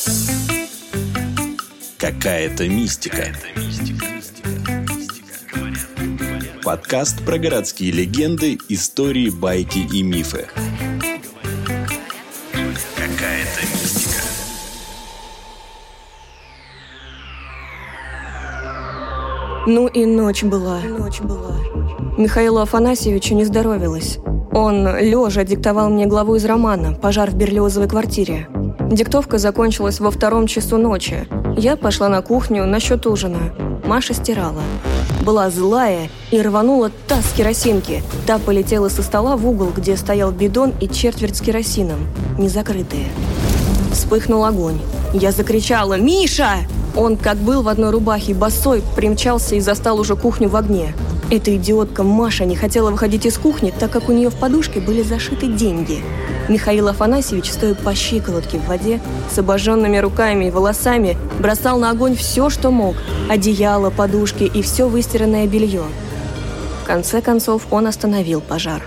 Какая-то мистика. Подкаст про городские легенды, истории, байки и мифы. Какая-то мистика. Ну и ночь была. Михаилу Афанасьевичу не здоровилось. Он, лежа, диктовал мне главу из романа «Пожар в Берлиозовой квартире». Диктовка закончилась во 2 часу ночи. Я пошла на кухню насчет ужина. Маша стирала. Была злая и рванула таз керосинки. Та полетела со стола в угол, где стоял бидон и четверть с керосином, не закрытые. Вспыхнул огонь. Я закричала: «Миша!» Он, как был в одной рубахе, босой, примчался и застал уже кухню в огне. Эта идиотка Маша не хотела выходить из кухни, так как у нее в подушке были зашиты деньги. Михаил Афанасьевич, стоя по щиколотке в воде, с обожженными руками и волосами, бросал на огонь все, что мог – одеяло, подушки и все выстиранное белье. В конце концов, он остановил пожар.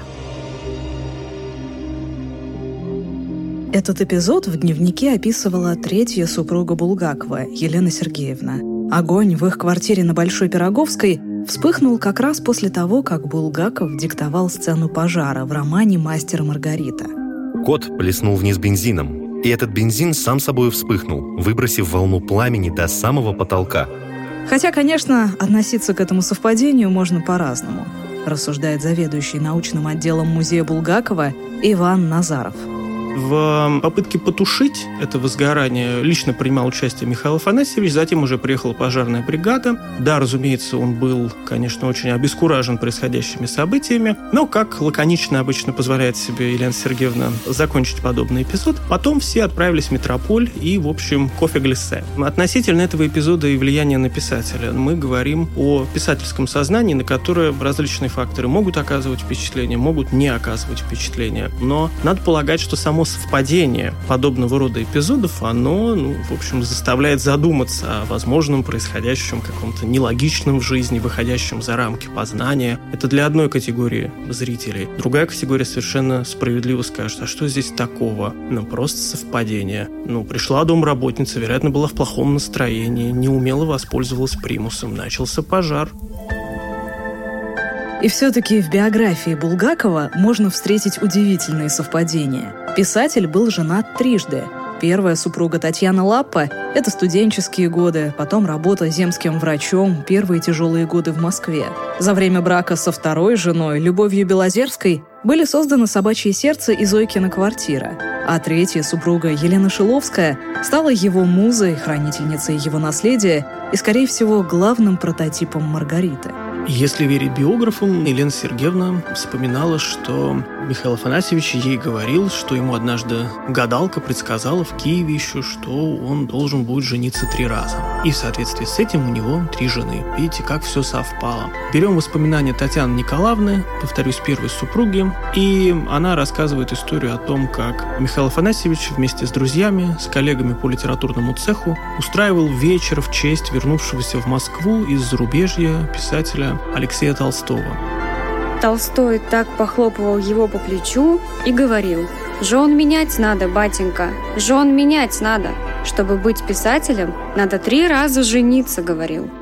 Этот эпизод в дневнике описывала третья супруга Булгакова, Елена Сергеевна. Огонь в их квартире на Большой Пироговской вспыхнул как раз после того, как Булгаков диктовал сцену пожара в романе «Мастер и Маргарита». Кот плеснул вниз бензином, и этот бензин сам собой вспыхнул, выбросив волну пламени до самого потолка. Хотя, конечно, относиться к этому совпадению можно по-разному, рассуждает заведующий научным отделом музея Булгакова Иван Назаров. В попытке потушить это возгорание лично принимал участие Михаил Афанасьевич, затем уже приехала пожарная бригада. Да, разумеется, он был, конечно, очень обескуражен происходящими событиями, но, как лаконично обычно позволяет себе Елена Сергеевна закончить подобный эпизод, потом все отправились в метрополь и, в общем, кофе-глиссе. Относительно этого эпизода и влияния на писателя мы говорим о писательском сознании, на которое различные факторы могут оказывать впечатление, могут не оказывать впечатление. Но надо полагать, что само совпадение подобного рода эпизодов, оно, в общем, заставляет задуматься о возможном происходящем, каком-то нелогичном в жизни, выходящем за рамки познания. Это для одной категории зрителей. Другая категория совершенно справедливо скажет: а что здесь такого? Просто совпадение. Пришла домработница, вероятно, была в плохом настроении, неумело воспользовалась примусом, начался пожар. И все-таки в биографии Булгакова можно встретить удивительные совпадения. Писатель был женат трижды. Первая супруга Татьяна Лаппа – это студенческие годы, потом работа земским врачом, первые тяжелые годы в Москве. За время брака со второй женой, Любовью Белозерской, были созданы «Собачье сердце» и «Зойкина квартира». А третья супруга Елена Шиловская стала его музой, хранительницей его наследия и, скорее всего, главным прототипом Маргариты. Если верить биографам, Елена Сергеевна вспоминала, что Михаил Афанасьевич ей говорил, что ему однажды гадалка предсказала в Киеве еще, что он должен будет жениться 3 раза. И в соответствии с этим у него 3 жены. Видите, как все совпало. Берем воспоминания Татьяны Николаевны, повторюсь, первой супруги, и она рассказывает историю о том, как Михаил Афанасьевич вместе с друзьями, с коллегами по литературному цеху устраивал вечер в честь вернувшегося в Москву из зарубежья писателя Алексея Толстого. Толстой так похлопывал его по плечу и говорил: «Жен менять надо, батенька, жен менять надо. Чтобы быть писателем, надо 3 раза жениться», — говорил.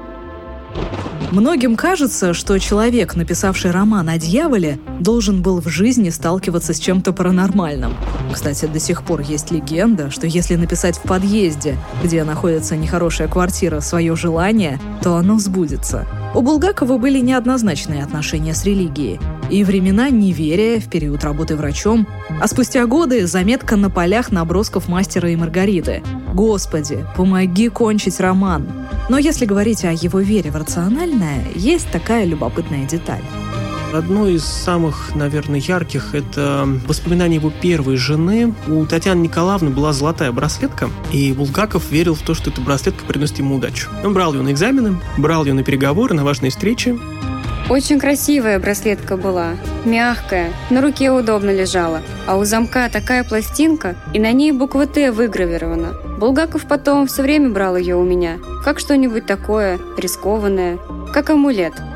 Многим кажется, что человек, написавший роман о дьяволе, должен был в жизни сталкиваться с чем-то паранормальным. Кстати, до сих пор есть легенда, что если написать в подъезде, где находится нехорошая квартира, свое желание, то оно сбудется. У Булгакова были неоднозначные отношения с религией. И времена неверия в период работы врачом, а спустя годы заметка на полях набросков «Мастера и Маргариты». «Господи, помоги кончить роман». Но если говорить о его вере в рациональное, есть такая любопытная деталь. Одно из самых, наверное, ярких – это воспоминание его первой жены. У Татьяны Николаевны была золотая браслетка, и Булгаков верил в то, что эта браслетка приносит ему удачу. Он брал ее на экзамены, брал ее на переговоры, на важные встречи. Очень красивая браслетка была, мягкая, на руке удобно лежала, а у замка такая пластинка, и на ней буква «Т» выгравирована. Булгаков потом все время брал ее у меня, как что-нибудь такое рискованное, как амулет.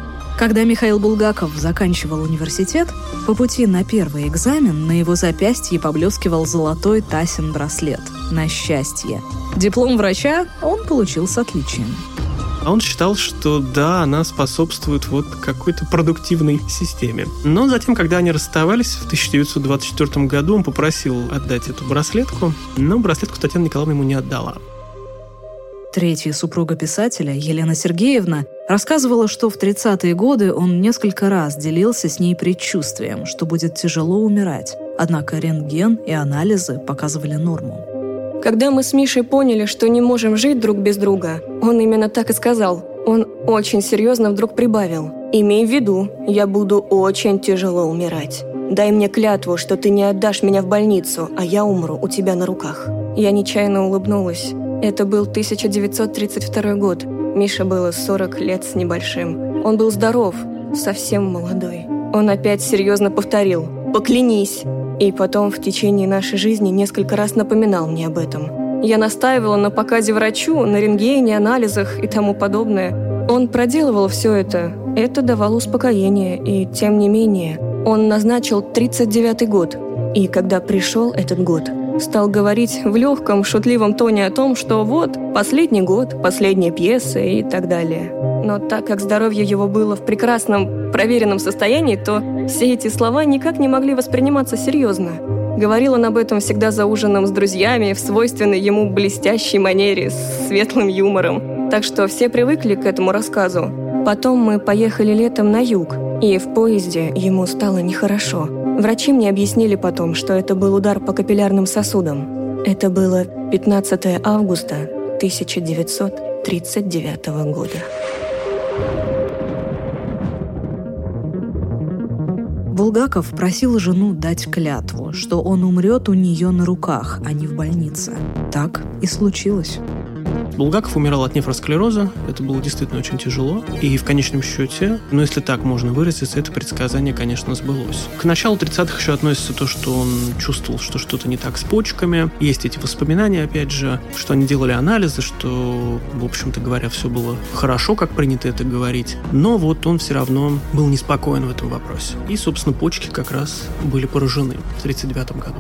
Когда Михаил Булгаков заканчивал университет, по пути на первый экзамен на его запястье поблескивал золотой Тасин браслет «На счастье». Диплом врача он получил с отличием. А он считал, что да, она способствует какой-то продуктивной системе. Но затем, когда они расставались в 1924 году, он попросил отдать эту браслетку, но браслетку Татьяна Николаевна ему не отдала. Третья супруга писателя, Елена Сергеевна, рассказывала, что в 30-е годы он несколько раз делился с ней предчувствием, что будет тяжело умирать. Однако рентген и анализы показывали норму. Когда мы с Мишей поняли, что не можем жить друг без друга, он именно так и сказал. Он очень серьезно вдруг прибавил: «Имей в виду, я буду очень тяжело умирать. Дай мне клятву, что ты не отдашь меня в больницу, а я умру у тебя на руках». Я нечаянно улыбнулась. Это был 1932 год. Мише было 40 лет с небольшим. Он был здоров, совсем молодой. Он опять серьезно повторил: «Поклянись!» И потом в течение нашей жизни несколько раз напоминал мне об этом. Я настаивала на показе врачу, на рентгене, анализах и тому подобное. Он проделывал все это. Это давало успокоение. И тем не менее, он назначил 39-й год. И когда пришел этот год, стал говорить в легком, шутливом тоне о том, что вот, последний год, последняя пьеса и так далее. Но так как здоровье его было в прекрасном, проверенном состоянии, то все эти слова никак не могли восприниматься серьезно. Говорил он об этом всегда за ужином с друзьями, в свойственной ему блестящей манере, с светлым юмором. Так что все привыкли к этому рассказу. Потом мы поехали летом на юг, и в поезде ему стало нехорошо. Врачи мне объяснили потом, что это был удар по капиллярным сосудам. Это было 15 августа 1939 года. Булгаков просил жену дать клятву, что он умрет у нее на руках, а не в больнице. Так и случилось. Булгаков умирал от нефросклероза, это было действительно очень тяжело, и в конечном счете, если так можно выразиться, это предсказание, конечно, сбылось. К началу 30-х еще относится то, что он чувствовал, что что-то не так с почками, есть эти воспоминания, опять же, что они делали анализы, что, в общем-то говоря, все было хорошо, как принято это говорить, но он все равно был неспокоен в этом вопросе. И, собственно, почки как раз были поражены в 1939 году.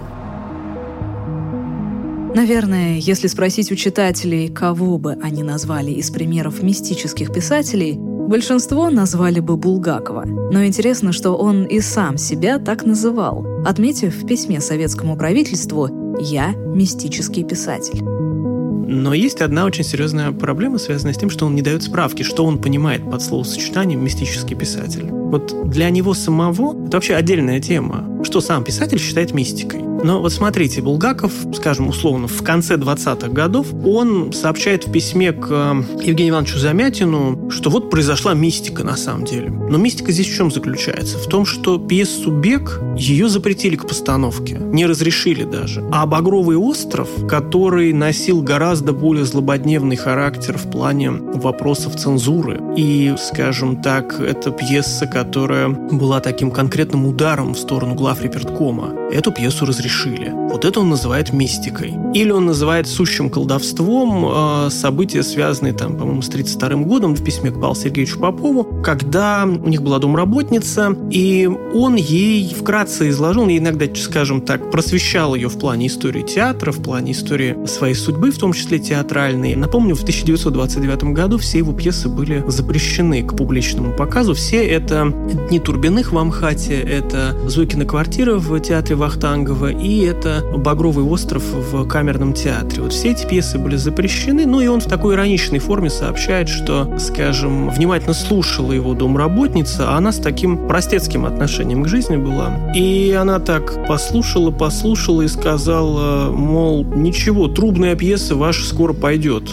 Наверное, если спросить у читателей, кого бы они назвали из примеров мистических писателей, большинство назвали бы Булгакова. Но интересно, что он и сам себя так называл, отметив в письме советскому правительству «Я мистический писатель». Но есть одна очень серьезная проблема, связанная с тем, что он не дает справки, что он понимает под словосочетанием «мистический писатель». Для него самого это вообще отдельная тема, что сам писатель считает мистикой. Но смотрите, Булгаков, скажем, условно, в конце 20-х годов, он сообщает в письме к Евгению Ивановичу Замятину, что произошла мистика на самом деле. Но мистика здесь в чем заключается? В том, что пьесу «Бег» ее запретили к постановке, не разрешили даже. А «Багровый остров», который носил гораздо более злободневный характер в плане вопросов цензуры. И, скажем так, это пьеса, которая была таким конкретным ударом в сторону главреперткома. Эту пьесу разрешили. Это он называет мистикой. Или он называет сущим колдовством события, связанные, по-моему, с 1932 годом в письме к Павлу Сергеевичу Попову, когда у них была домработница, и он ей вкратце изложил, и иногда, скажем так, просвещал ее в плане истории театра, в плане истории своей судьбы, в том числе театральной. Напомню, в 1929 году все его пьесы были запрещены к публичному показу. Все это «Дни Турбиных» в Амхате, это «Зойкина квартира» в театре Вахтангова, и это «Багровый остров» в камерном театре. Все эти пьесы были запрещены, и он в такой ироничной форме сообщает, что, скажем, внимательно слушала его домработница, а она с таким простецким отношением к жизни была. И она так послушала и сказала, мол, ничего, трубная пьеса ваша скоро пойдет.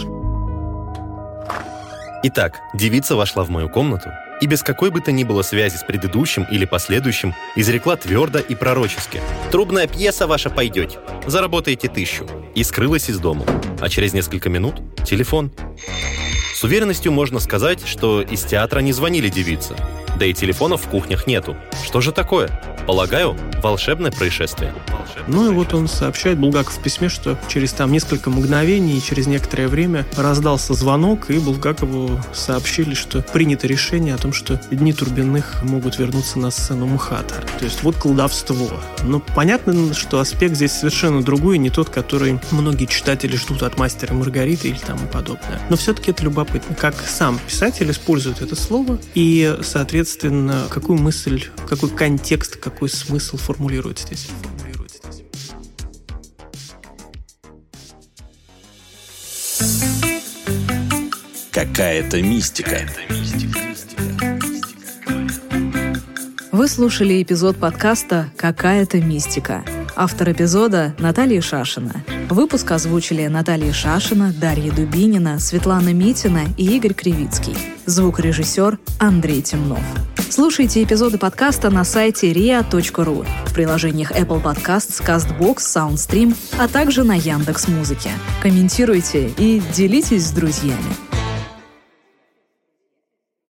Итак, девица вошла в мою комнату и без какой бы то ни было связи с предыдущим или последующим изрекла твердо и пророчески: «Трубная пьеса ваша пойдет, заработаете 1000», и скрылась из дома. А через несколько минут — телефон. С уверенностью можно сказать, что из театра не звонили девице, да и телефонов в кухнях нету. Что же такое? Полагаю, волшебное происшествие. Ну и вот он сообщает, Булгаков в письме, что через несколько мгновений, через некоторое время раздался звонок, и Булгакову сообщили, что принято решение о том, что Дни Турбиных могут вернуться на сцену МХАТа. То есть вот колдовство. Но понятно, что аспект здесь совершенно другой, не тот, который многие читатели ждут от «Мастера и Маргариты» или тому подобное. Но все-таки это любопытно, как сам писатель использует это слово и, соответственно, какую мысль, какой контекст, какой смысл формулирует здесь. Какая-то мистика. Вы слушали эпизод подкаста «Какая-то мистика». Автор эпизода – Наталья Шашина. Выпуск озвучили Наталья Шашина, Дарья Дубинина, Светлана Митина и Игорь Кривицкий. Звукорежиссер Андрей Темнов. Слушайте эпизоды подкаста на сайте ria.ru, в приложениях Apple Podcasts, CastBox, SoundStream, а также на Яндекс.Музыке. Комментируйте и делитесь с друзьями.